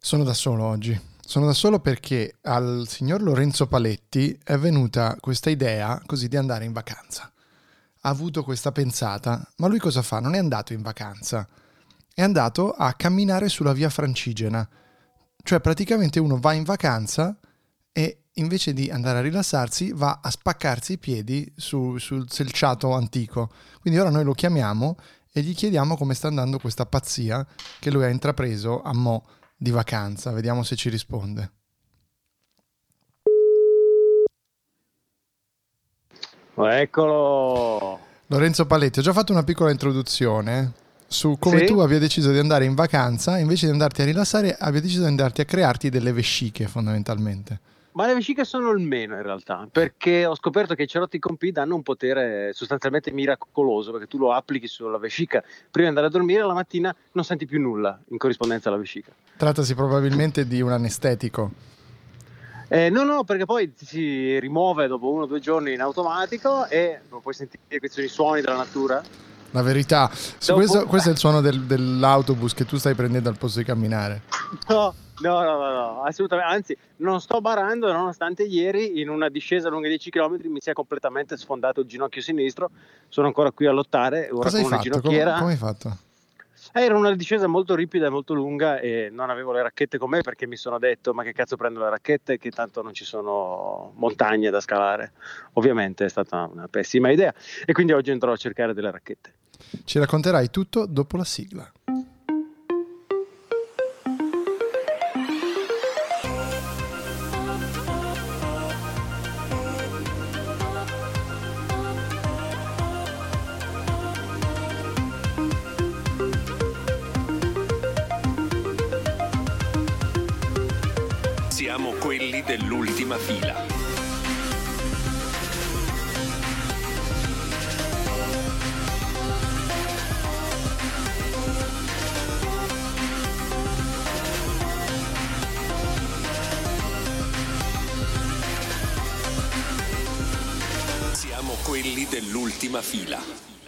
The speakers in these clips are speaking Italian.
Sono da solo oggi. Sono da solo perché al signor Lorenzo Paletti è venuta questa idea così di andare in vacanza. Ha avuto questa pensata, ma lui cosa fa? Non è andato in vacanza, è andato a camminare sulla via Francigena. Cioè praticamente uno va in vacanza e invece di andare a rilassarsi va a spaccarsi i piedi sul selciato antico. Quindi ora noi lo chiamiamo e gli chiediamo come sta andando questa pazzia che lui ha intrapreso a mo' di vacanza. Vediamo se ci risponde. Eccolo! Lorenzo Paletti, ho già fatto una piccola introduzione su come tu abbia deciso di andare in vacanza, invece di andarti a rilassare, abbia deciso di andarti a crearti delle vesciche fondamentalmente. Ma le vesciche sono il meno in realtà, perché ho scoperto che i cerotti con P danno un potere sostanzialmente miracoloso, perché tu lo applichi sulla vescica prima di andare a dormire, la mattina non senti più nulla in corrispondenza alla vescica. Trattasi probabilmente di un anestetico. No, perché poi si rimuove dopo 1 o 2 giorni in automatico e puoi sentire questi suoni della natura. La verità, questo è il suono dell'autobus che tu stai prendendo al posto di camminare. No, assolutamente, anzi non sto barando, nonostante ieri in una discesa lunga 10 km mi sia completamente sfondato il ginocchio sinistro. Sono ancora qui a lottare ora. Cosa hai con una fatto? ginocchiera. Come hai fatto? Era una discesa molto ripida e molto lunga e non avevo le racchette con me, perché mi sono detto: ma che cazzo prendo le racchette, che tanto non ci sono montagne da scalare. Ovviamente è stata una pessima idea e quindi oggi andrò a cercare delle racchette. Ci racconterai tutto dopo la sigla. Siamo quelli dell'ultima fila. Siamo quelli dell'ultima fila.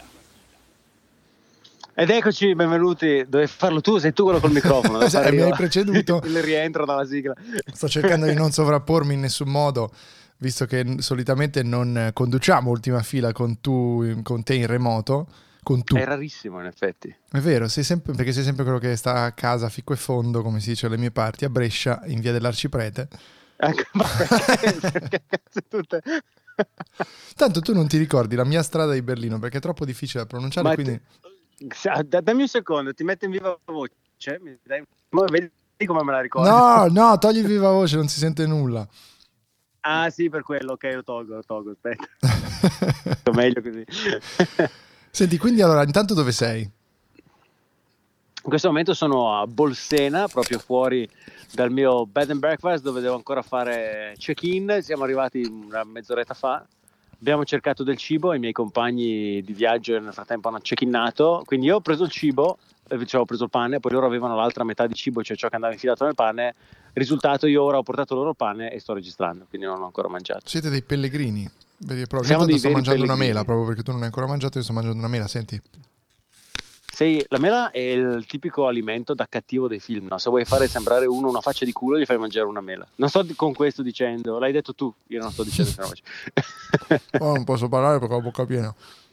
Ed eccoci, benvenuti. Dovevi farlo tu, sei tu quello col microfono. Mi hai preceduto. Il rientro dalla sigla. Sto cercando di non sovrappormi in nessun modo, visto che solitamente non conduciamo ultima fila con te in remoto. Con tu. È rarissimo in effetti. È vero, perché sei sempre quello che sta a casa ficco e fondo, come si dice alle mie parti, a Brescia, in via dell'Arciprete. Perché cazzo tutte... Tanto tu non ti ricordi la mia strada di Berlino, perché è troppo difficile da pronunciare, quindi... Dammi un secondo, ti metto in viva voce. Vedi come me la ricordo. No, togli il viva voce, non si sente nulla. Ah sì, per quello, ok, lo tolgo, aspetta. Meglio così. Senti, quindi allora, intanto dove sei? In questo momento sono a Bolsena, proprio fuori dal mio bed and breakfast, dove devo ancora fare check-in. Siamo arrivati una mezz'oretta fa. Abbiamo cercato del cibo, i miei compagni di viaggio nel frattempo hanno check-inato, quindi io ho preso il cibo, cioè ho preso il pane, poi loro avevano l'altra metà di cibo, cioè ciò che andava infilato nel pane. Risultato, io ora ho portato loro il pane e sto registrando, quindi non ho ancora mangiato. Siete dei pellegrini, vedi proprio. Siamo Io sto mangiando pellegrini. Una mela, proprio perché tu non hai ancora mangiato, io sto mangiando una mela, senti. La mela è il tipico alimento da cattivo dei film, no? Se vuoi fare sembrare uno una faccia di culo, gli fai mangiare una mela. Non sto con questo dicendo, l'hai detto tu, io non sto dicendo che non posso parlare perché ho la bocca piena.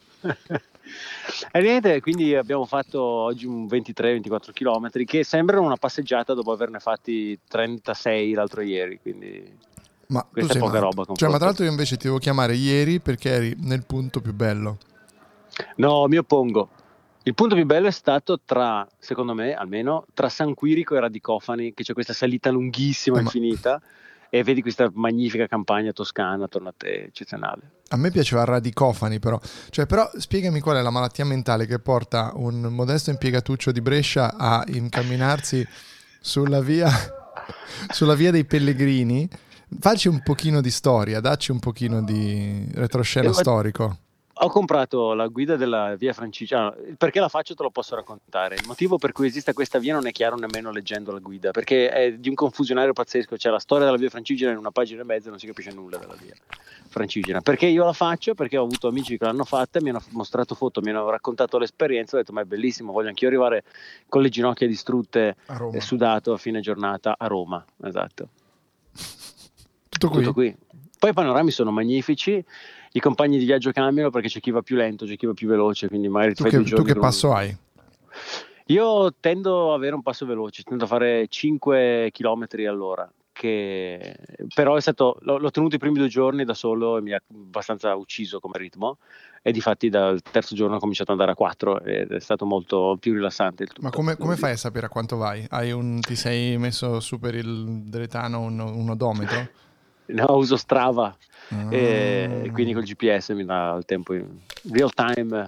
E niente, quindi abbiamo fatto oggi un 23-24 km che sembrano una passeggiata dopo averne fatti 36 l'altro ieri, quindi ma questa è poca roba. Cioè, ma tra l'altro io invece ti devo chiamare ieri perché eri nel punto più bello. No, mi oppongo. Il punto più bello è stato secondo me almeno, tra San Quirico e Radicofani, che c'è questa salita lunghissima, infinita, e vedi questa magnifica campagna toscana attorno a te, eccezionale. A me piaceva Radicofani, però spiegami qual è la malattia mentale che porta un modesto impiegatuccio di Brescia a incamminarsi sulla via dei Pellegrini. Facci un pochino di storia, dacci un pochino di retroscena storico. Ho comprato la guida della via Francigena. Perché la faccio te lo posso raccontare. Il motivo per cui esiste questa via non è chiaro nemmeno leggendo la guida, perché è di un confusionario pazzesco. C'è la storia della via Francigena in una pagina e mezza e non si capisce nulla della via Francigena. Perché io la faccio? Perché ho avuto amici che l'hanno fatta, mi hanno mostrato foto, mi hanno raccontato l'esperienza, ho detto ma è bellissimo, voglio anch'io arrivare con le ginocchia distrutte e sudato a fine giornata a Roma. Esatto. Tutto qui. Poi i panorami sono magnifici. I compagni di viaggio cambiano perché c'è chi va più lento, c'è chi va più veloce, quindi magari tu che passo hai? Io tendo a avere un passo veloce, tendo a fare 5 km all'ora, che però l'ho tenuto i primi 2 giorni da solo e mi ha abbastanza ucciso come ritmo, e difatti dal terzo giorno ho cominciato ad andare a 4 ed è stato molto più rilassante il tutto. Ma come fai a sapere a quanto vai? Ti sei messo su per il deletano un odometro? No, uso Strava. E quindi col GPS mi dà il tempo in real time,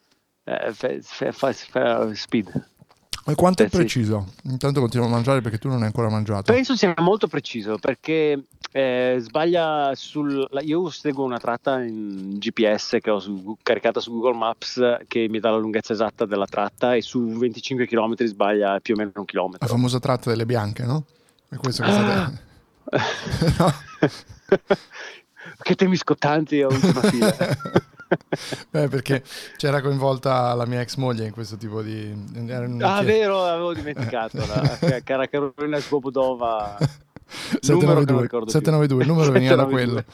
speed. E quanto è preciso? Intanto continuo a mangiare perché tu non hai ancora mangiato. Penso sia molto preciso perché sbaglia io seguo una tratta in GPS che ho caricata su Google Maps che mi dà la lunghezza esatta della tratta, e su 25 km sbaglia più o meno 1 chilometro. La famosa tratta delle bianche, no? È questo che state... no? Che temi scottanti a ultima fila. Perché c'era coinvolta la mia ex moglie in questo tipo di... Vero, avevo dimenticato la cara Carolina Svobodova. 792, il numero veniva da quello.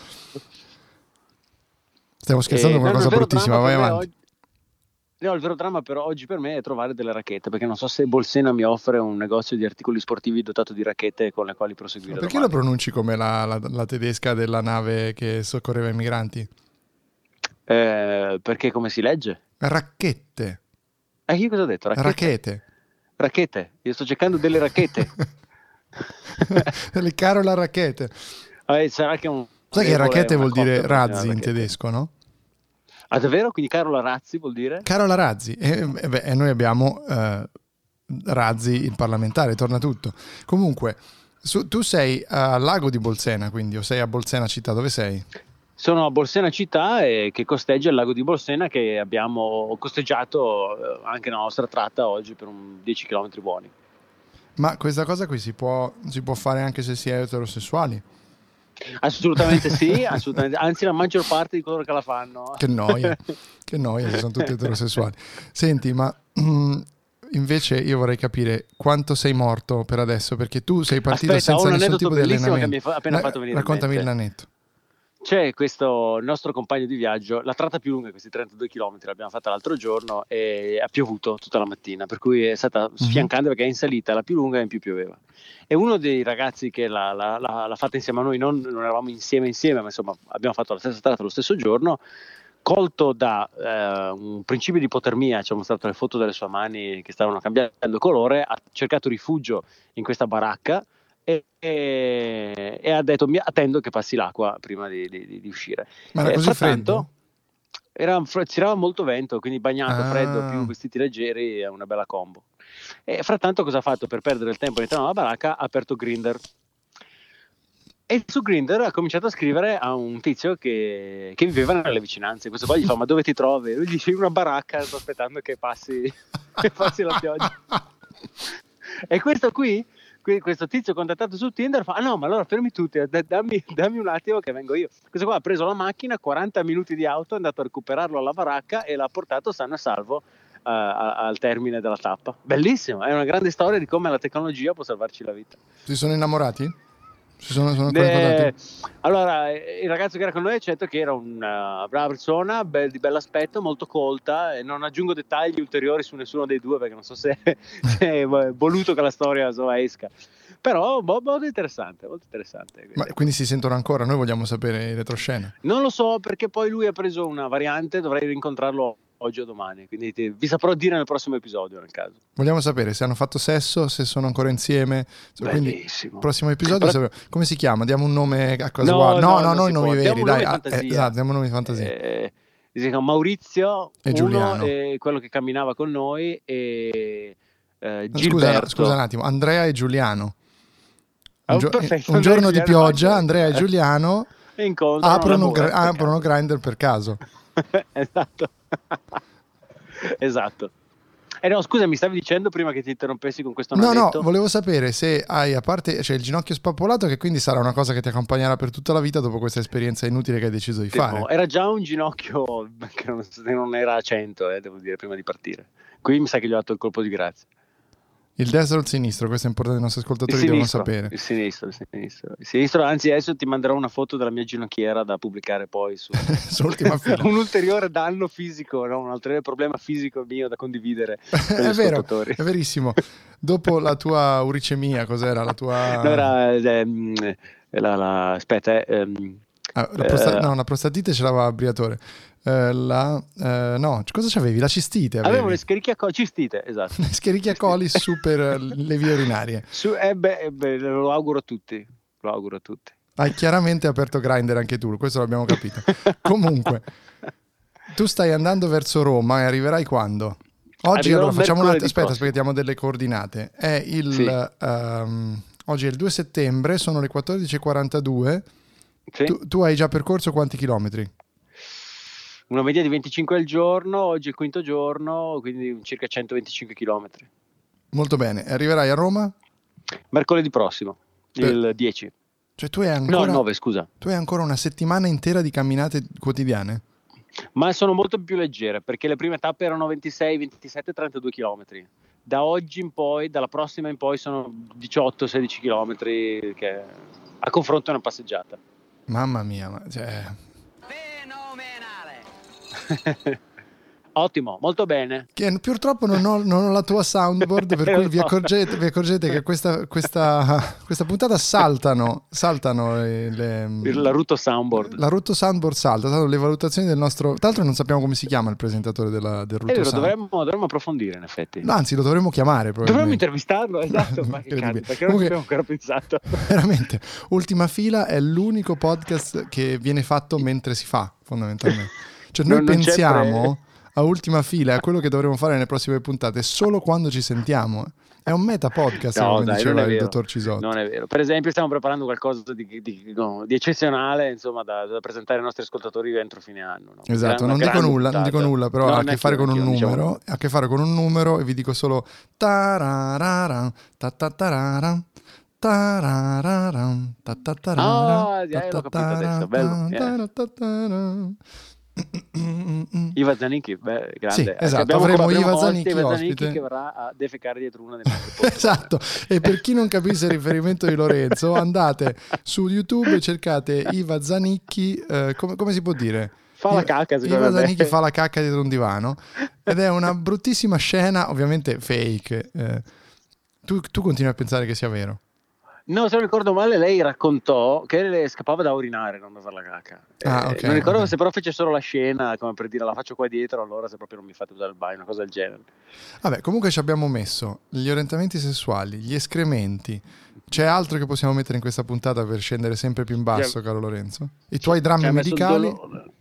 Stiamo scherzando con una cosa bruttissima, vai avanti. No, il vero dramma però oggi per me è trovare delle racchette, perché non so se Bolsena mi offre un negozio di articoli sportivi dotato di racchette con le quali proseguire. Ma perché lo pronunci come la tedesca della nave che soccorreva i migranti? Perché come si legge? Racchette. Io cosa ho detto? Racchette. Io sto cercando delle racchette. Le Carola racchette. Sarà che sai che racchette vuol dire razzi in tedesco, no? Ah, davvero? Quindi Carola Razzi vuol dire? Carola Razzi. E noi abbiamo Razzi, il parlamentare, torna tutto. Comunque, tu sei al lago di Bolsena, quindi, o sei a Bolsena città? Dove sei? Sono a Bolsena città, che costeggia il lago di Bolsena, che abbiamo costeggiato anche nella nostra tratta oggi per 10 km buoni. Ma questa cosa qui si può fare anche se si è eterosessuali? Assolutamente sì, assolutamente. Anzi la maggior parte di coloro che la fanno. Che noia, se sono tutti eterosessuali. Senti, ma invece io vorrei capire quanto sei morto per adesso, perché tu sei partito senza nessun tipo di allenamento. Che mi ha appena fatto venire raccontami il lanetto. C'è questo nostro compagno di viaggio, la tratta più lunga, questi 32 km l'abbiamo fatta l'altro giorno e ha piovuto tutta la mattina, per cui è stata sfiancante perché è in salita, la più lunga e in più pioveva. E uno dei ragazzi che l'ha fatta insieme a noi, non eravamo insieme, ma insomma abbiamo fatto la stessa tratta lo stesso giorno, colto da un principio di ipotermia, ci ha mostrato le foto delle sue mani che stavano cambiando colore, ha cercato rifugio in questa baracca e ha detto attendo che passi l'acqua prima di uscire. Ma era così freddo? Tirava molto vento, quindi bagnato, freddo, più vestiti leggeri, è una bella combo. E frattanto cosa ha fatto per perdere il tempo all'interno della baracca? Ha aperto Grindr. E su Grindr ha cominciato a scrivere a un tizio che viveva nelle vicinanze. Questo qua gli fa: ma dove ti trovi? Lui dice: in una baracca, sto aspettando che passi la pioggia. E questo tizio contattato su Tinder fa: no, ma allora fermi tutti, dammi un attimo che vengo io. Questo qua ha preso la macchina, 40 minuti di auto, è andato a recuperarlo alla baracca e l'ha portato sano e salvo al termine della tappa. Bellissimo, è una grande storia di come la tecnologia può salvarci la vita. Si sono innamorati? Sono ancora allora, il ragazzo che era con noi ha detto che era una brava persona, di bell'aspetto, molto colta, e non aggiungo dettagli ulteriori su nessuno dei due perché non so se è voluto che la storia esca. Però molto interessante. Ma quindi si sentono ancora? Noi vogliamo sapere in retroscena. Non lo so, perché poi lui ha preso una variante, dovrei rincontrarlo oggi o domani, quindi vi saprò dire nel prossimo episodio nel caso. Vogliamo sapere se hanno fatto sesso, se sono ancora insieme. Bellissimo. Quindi, prossimo episodio come si chiama? Diamo un nome a casuale. No, i nomi veri, dai. Esatto, diamo un nome di fantasia. Si chiama Maurizio e Giuliano, quello che camminava con noi, e Gilberto. Scusa un attimo, Andrea e Giuliano. Un giorno di pioggia, Andrea e Giuliano aprono Grindr per caso. Esatto. Esatto. No, scusa, mi stavi dicendo prima che ti interrompessi con questo No, aneddoto? volevo sapere se hai, a parte, cioè il ginocchio spappolato, che quindi sarà una cosa che ti accompagnerà per tutta la vita dopo questa esperienza inutile che hai deciso di fare. Era già un ginocchio che non era a 100, devo dire, prima di partire. Qui mi sa che gli ho dato il colpo di grazia. Il destro o il sinistro? Questo è importante, i nostri ascoltatori devono sapere. Il sinistro, anzi adesso ti manderò una foto della mia ginocchiera da pubblicare poi su Sull'ultima fila. un ulteriore danno fisico, no? Un ulteriore problema fisico mio da condividere con gli È vero, ascoltatori. è verissimo. Dopo la tua uricemia, cos'era la tua... No, aspetta, la prostatite ce l'aveva a Briatore. No, cosa c'avevi? La cistite avevi. Avevo le cistite, esatto. Le Escherichia coli su per le vie urinarie. Lo auguro a tutti. Hai chiaramente aperto Grindr anche tu, questo l'abbiamo capito. Comunque, tu stai andando verso Roma e arriverai quando? Oggi allora facciamo aspetta, diamo delle coordinate. È oggi è il 2 settembre, sono le 14:42. Sì. Tu hai già percorso quanti chilometri? Una media di 25 al giorno, oggi è il quinto giorno, quindi circa 125 chilometri. Molto bene, arriverai a Roma? Mercoledì prossimo, il 10. Cioè tu hai ancora... No, il 9, scusa. Tu hai ancora una settimana intera di camminate quotidiane? Ma sono molto più leggere, perché le prime tappe erano 26, 27, 32 chilometri. Da oggi in poi, dalla prossima in poi, sono 18, 16 chilometri, che a confronto è una passeggiata. Mamma mia, cioè... Ottimo, molto bene. Che purtroppo non ho la tua soundboard, per cui vi accorgete che questa puntata saltano la Rutto Soundboard. La Rutto Soundboard salta le valutazioni del nostro... Tra l'altro non sappiamo come si chiama il presentatore del Rutto Soundboard. Dovremmo approfondire in effetti. No, anzi lo dovremmo chiamare dovremmo intervistarlo, esatto. Perché non ci abbiamo ancora pensato. Veramente, Ultima Fila è l'unico podcast che viene fatto mentre si fa, fondamentalmente. Cioè noi pensiamo a Ultima Fila, a quello che dovremo fare nelle prossime puntate solo quando ci sentiamo. È un meta podcast, come diceva il dottor Cisotti. Non è vero. Per esempio stiamo preparando qualcosa di eccezionale, insomma, da presentare ai nostri ascoltatori entro fine anno. No? Esatto, non dico nulla, però ha a che fare con un numero. Diciamo. Ha a che fare con un numero e vi dico solo tararara, tatatara. L'ho capito adesso, bello. Iva Zanicchi, grande. Sì, esatto, avremo Iva Zanicchi ospite che verrà a defecare dietro una delle nostre esatto, e per chi non capisse il riferimento di Lorenzo, andate su YouTube e cercate Iva Zanicchi, come si può dire? Fa la cacca, Iva Zanicchi fa la cacca dietro un divano, ed è una bruttissima scena, ovviamente fake. Tu continui a pensare che sia vero? No, se non ricordo male, lei raccontò che le scappava da urinare, non da fare la cacca. Okay, non ricordo se però fece solo la scena, come per dire la faccio qua dietro, allora se proprio non mi fate usare il bagno, una cosa del genere. Vabbè, comunque ci abbiamo messo gli orientamenti sessuali, gli escrementi. C'è altro che possiamo mettere in questa puntata per scendere sempre più in basso, caro Lorenzo? I tuoi drammi medicali?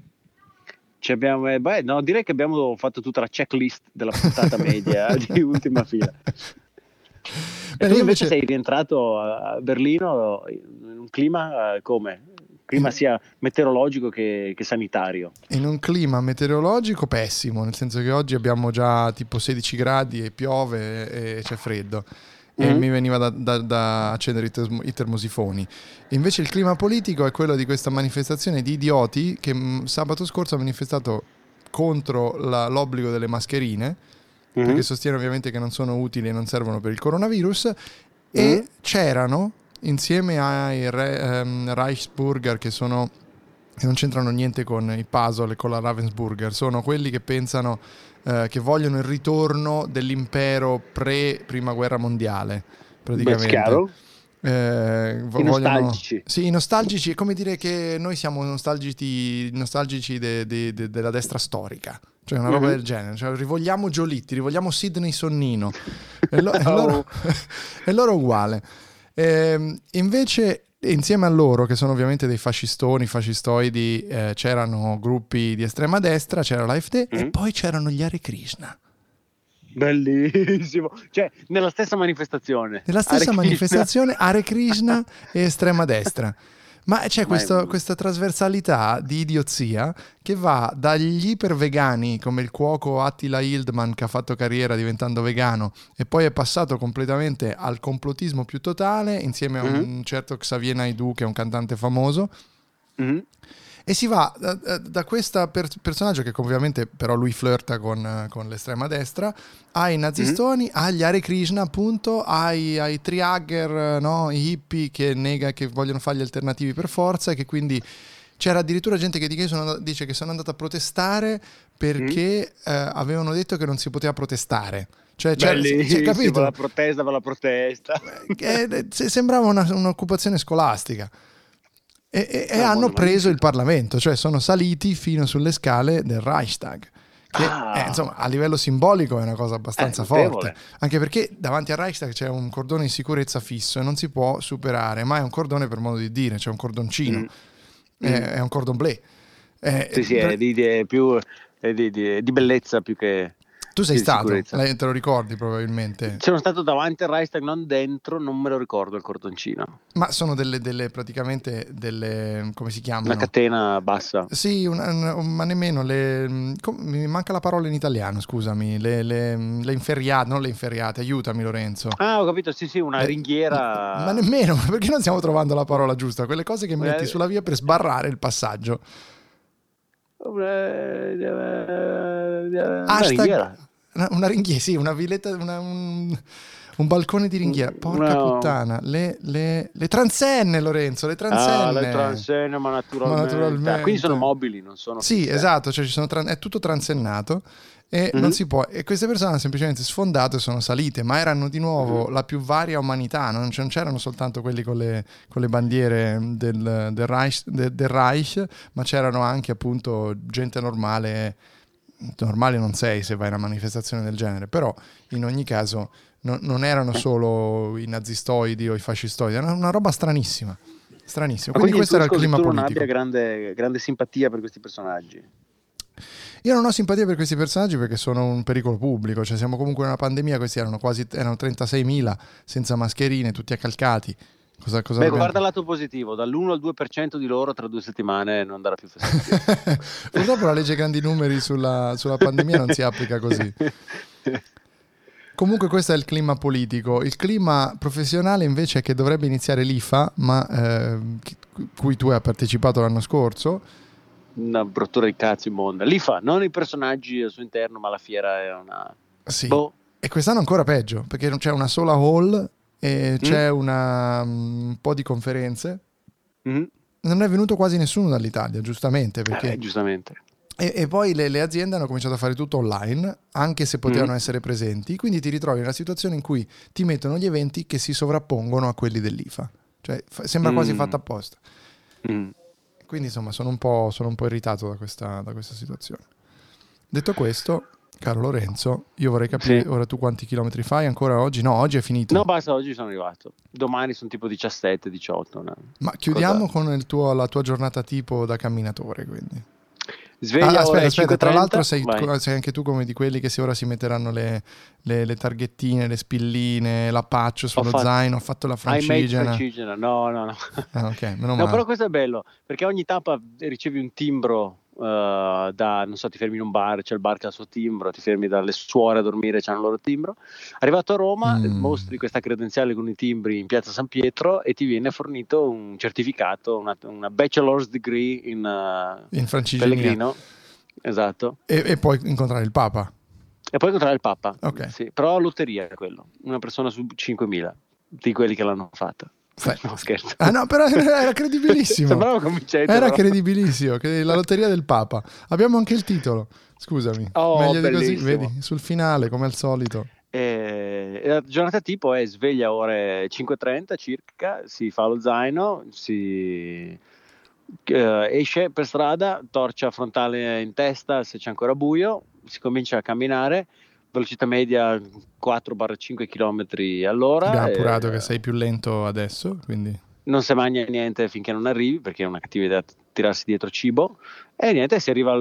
No, direi che abbiamo fatto tutta la checklist della puntata media di Ultima Fila. E tu invece sei rientrato a Berlino in un clima come? Clima sia meteorologico che sanitario. In un clima meteorologico pessimo, nel senso che oggi abbiamo già tipo 16 gradi e piove e c'è freddo. E mi veniva da accendere i termosifoni. Invece il clima politico è quello di questa manifestazione di idioti che sabato scorso ha manifestato contro l'obbligo delle mascherine, perché sostiene ovviamente che non sono utili e non servono per il coronavirus, e c'erano insieme ai Reichsburger che non c'entrano niente con i puzzle e con la Ravensburger, sono quelli che pensano che vogliono il ritorno dell'impero pre-prima guerra mondiale, praticamente. I nostalgici. Sì, i nostalgici, è come dire che noi siamo nostalgici della destra storica, cioè una roba del genere, cioè, rivogliamo Giolitti, rivogliamo Sidney Sonnino e loro uguale. Invece insieme a loro, che sono ovviamente dei fascistoidi, c'erano gruppi di estrema destra, c'era l'AfD e poi c'erano gli Hare Krishna. Bellissimo, cioè nella stessa manifestazione Hare Krishna e estrema destra. Ma c'è questa trasversalità di idiozia che va dagli ipervegani come il cuoco Attila Hildmann, che ha fatto carriera diventando vegano e poi è passato completamente al complottismo più totale insieme a un certo Xavier Naidoo, che è un cantante famoso. E si va da questo personaggio che ovviamente però lui flirta con l'estrema destra, ai nazistoni, agli Hare Krishna appunto, ai trihugger, no? I hippie che vogliono fare gli alternativi per forza, e che quindi c'era addirittura gente che dice che sono andato a protestare perché avevano detto che non si poteva protestare. Cioè, c'è capito? La protesta. Sembrava un'occupazione scolastica. E hanno preso il Parlamento, cioè sono saliti fino sulle scale del Reichstag, che insomma a livello simbolico è una cosa abbastanza forte, anche perché davanti al Reichstag c'è un cordone di sicurezza fisso e non si può superare, ma è un cordone, per modo di dire, c'è un cordoncino, è un cordon bleu. Sì, è di bellezza più che... Tu sei stato, te lo ricordi probabilmente. Sono stato davanti al Reichstag, non dentro, non me lo ricordo il cordoncino. Ma sono praticamente delle, come si chiamano? Una catena bassa. Sì, ma nemmeno mi manca la parola in italiano, scusami, le inferriate, non le inferriate, aiutami Lorenzo. Ho capito, sì, una ringhiera. Ma nemmeno, perché non stiamo trovando la parola giusta? Quelle cose che metti sulla via per sbarrare il passaggio. Una ringhiera, sì, una villetta, un balcone di ringhiera. Porca puttana, le transenne, Lorenzo, le transenne. Le transenne, ma naturalmente. Quindi sono mobili, non sono sì, fisse. Esatto, cioè è tutto transennato e non si può. E queste persone hanno semplicemente sfondato e sono salite, ma erano di nuovo la più varia umanità, non c'erano soltanto quelli con le bandiere del Reich, ma c'erano anche appunto gente normale non sei se vai a una manifestazione del genere, però in ogni caso non erano solo i nazistoidi o i fascistoidi, era una roba stranissima. Quindi questo era il clima politico. Tu non abbia grande simpatia per questi personaggi? Io non ho simpatia per questi personaggi perché sono un pericolo pubblico, cioè siamo comunque in una pandemia, questi erano 36.000 senza mascherine, tutti accalcati. Guarda il lato positivo, dall'1 al 2% di loro tra 2 settimane non darà più fastidio. Purtroppo la legge grandi numeri sulla pandemia non si applica così. Comunque questo è il clima politico. Il clima professionale invece è che dovrebbe iniziare l'IFA, ma cui tu hai partecipato l'anno scorso. Una bruttura di cazzo immonda. L'IFA, non i personaggi al suo interno, ma la fiera è una... Sì, e quest'anno ancora peggio, perché non c'è una sola hall e c'è un po' di conferenze. Non è venuto quasi nessuno dall'Italia, giustamente, perché giustamente. E poi le aziende hanno cominciato a fare tutto online, anche se potevano essere presenti, quindi ti ritrovi in una situazione in cui ti mettono gli eventi che si sovrappongono a quelli dell'IFA, cioè sembra quasi fatta apposta. Quindi insomma sono un po' irritato da questa situazione. Detto questo, caro Lorenzo, io vorrei capire ora tu quanti chilometri fai ancora oggi? No, oggi è finito. No, basta, oggi sono arrivato. Domani sono tipo 17, 18. No? Ma chiudiamo con la tua giornata tipo da camminatore, quindi. Sveglia aspetta, tra l'altro sei anche tu come di quelli che ora si metteranno le targhettine, le spilline, l'appaccio sullo zaino, ho fatto la francigena. No. Ok, meno male. Però questo è bello, perché ogni tappa ricevi un timbro non so, ti fermi in un bar, c'è il bar che ha il suo timbro, ti fermi dalle suore a dormire, c'hanno il loro timbro. Arrivato a Roma, mostri questa credenziale con i timbri in piazza San Pietro e ti viene fornito un certificato, una bachelor's degree in francigenia. Pellegrino. Esatto. E poi incontrare il Papa. Okay. Sì, però lotteria quello, una persona su 5.000 di quelli che l'hanno fatta. No, scherzo. No, però era credibilissimo. Sembrava convincente. Era credibilissimo, la lotteria del Papa. Abbiamo anche il titolo. Scusami. Meglio di così, vedi, sul finale, come al solito. La giornata tipo è sveglia ore 5:30 circa, si fa lo zaino, si esce per strada, torcia frontale in testa se c'è ancora buio, si comincia a camminare, velocità media 4-5 km all'ora. Abbiamo appurato che sei più lento adesso, quindi non si mangia niente finché non arrivi, perché è una cattiva idea tirarsi dietro cibo, e niente, si arriva al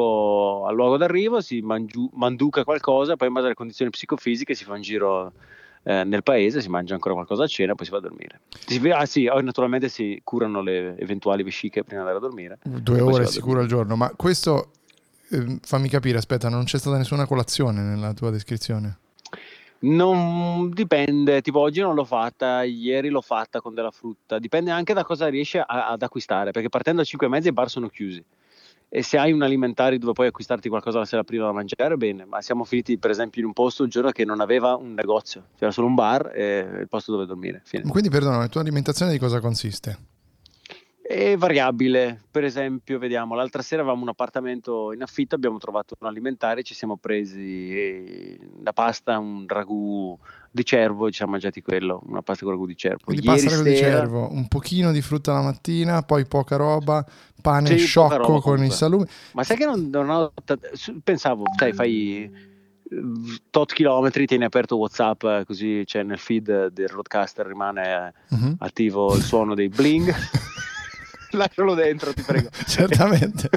luogo d'arrivo, si manduca qualcosa, poi in base alle condizioni psicofisiche si fa un giro nel paese, si mangia ancora qualcosa a cena, poi si va a dormire. Naturalmente si curano le eventuali vesciche prima di andare a dormire. 2 ore sicuro al giorno, ma questo fammi capire, aspetta, non c'è stata nessuna colazione nella tua descrizione? Non dipende, tipo oggi non l'ho fatta, ieri l'ho fatta con della frutta, dipende anche da cosa riesci ad acquistare, perché partendo alle 5:30 i bar sono chiusi. E se hai un alimentari dove puoi acquistarti qualcosa la sera prima da mangiare, bene, ma siamo finiti per esempio in un posto un giorno che non aveva un negozio, c'era solo un bar e il posto dove dormire. Fine. Quindi perdona, la tua alimentazione di cosa consiste? È variabile, per esempio vediamo, l'altra sera avevamo un appartamento in affitto, abbiamo trovato un alimentare, ci siamo presi la pasta, un ragù di cervo e ci siamo mangiati quello, una pasta con ragù di cervo. Quindi Ieri pasta ragù di sera, cervo, un pochino di frutta la mattina, poi poca roba, pane Sì, sciocco poca roba con comunque. il salumi. Ma sai che non ho pensavo, fai tot chilometri, tieni aperto WhatsApp, così c'è nel feed del roadcaster rimane Mhm. attivo il suono dei bling. Lascialo dentro, ti prego. Certamente.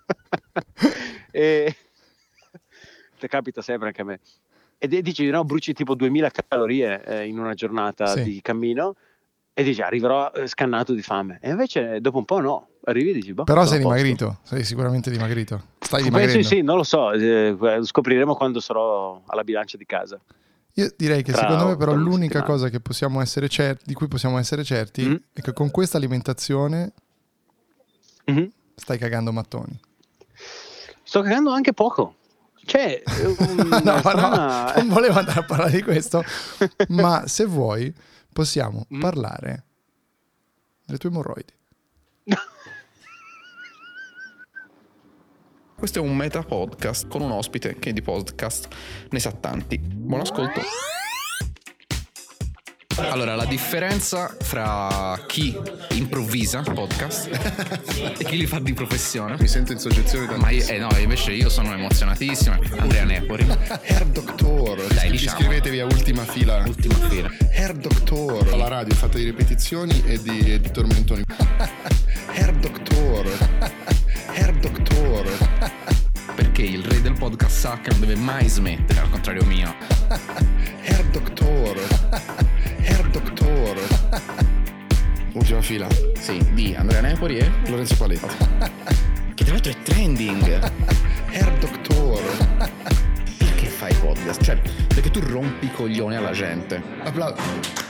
E ti capita sempre anche a me. E dici, no, bruci tipo 2000 calorie in una giornata Sì. di cammino e dici, arriverò scannato di fame. E invece dopo un po' no, arrivi e dici, boh, Però sono sei a posto. dimagrito, sei sicuramente dimagrito. Stai Penso dimagrendo. di sì, non lo so, scopriremo quando sarò alla bilancia di casa. Io direi che Tra- secondo me però tra una l'unica settimana. cosa che possiamo essere di cui possiamo essere certi Mm. è che con questa alimentazione Mhm. stai cagando mattoni. Sto cagando anche poco. C'è una No, strana... non volevo andare a parlare di questo, ma se vuoi possiamo Mm. parlare delle tue emorroidi. Questo è un meta podcast con un ospite che di podcast ne sa tanti. Buon ascolto. Allora, la differenza fra chi improvvisa podcast e chi li fa di professione. Mi sento in soggezione da Ma no, invece io sono emozionatissimo. Andrea Nepori. Hair Doctor. Dai, diciamo. Iscrivetevi a Ultima Fila. Ultima fila. Hair Doctor. La radio è fatta di ripetizioni e di tormentoni. Hair Doctor. Hair Doctor. Perché il re del podcast sa che non deve mai smettere, al contrario mio. Hair Doctor. Hair Doctor. Ultima Fila. Sì, di Andrea Nepori e Lorenzo Paletti. che tra l'altro è trending. Hair Doctor. Perché fai podcast? Cioè, perché tu rompi i coglioni alla gente. Applauso.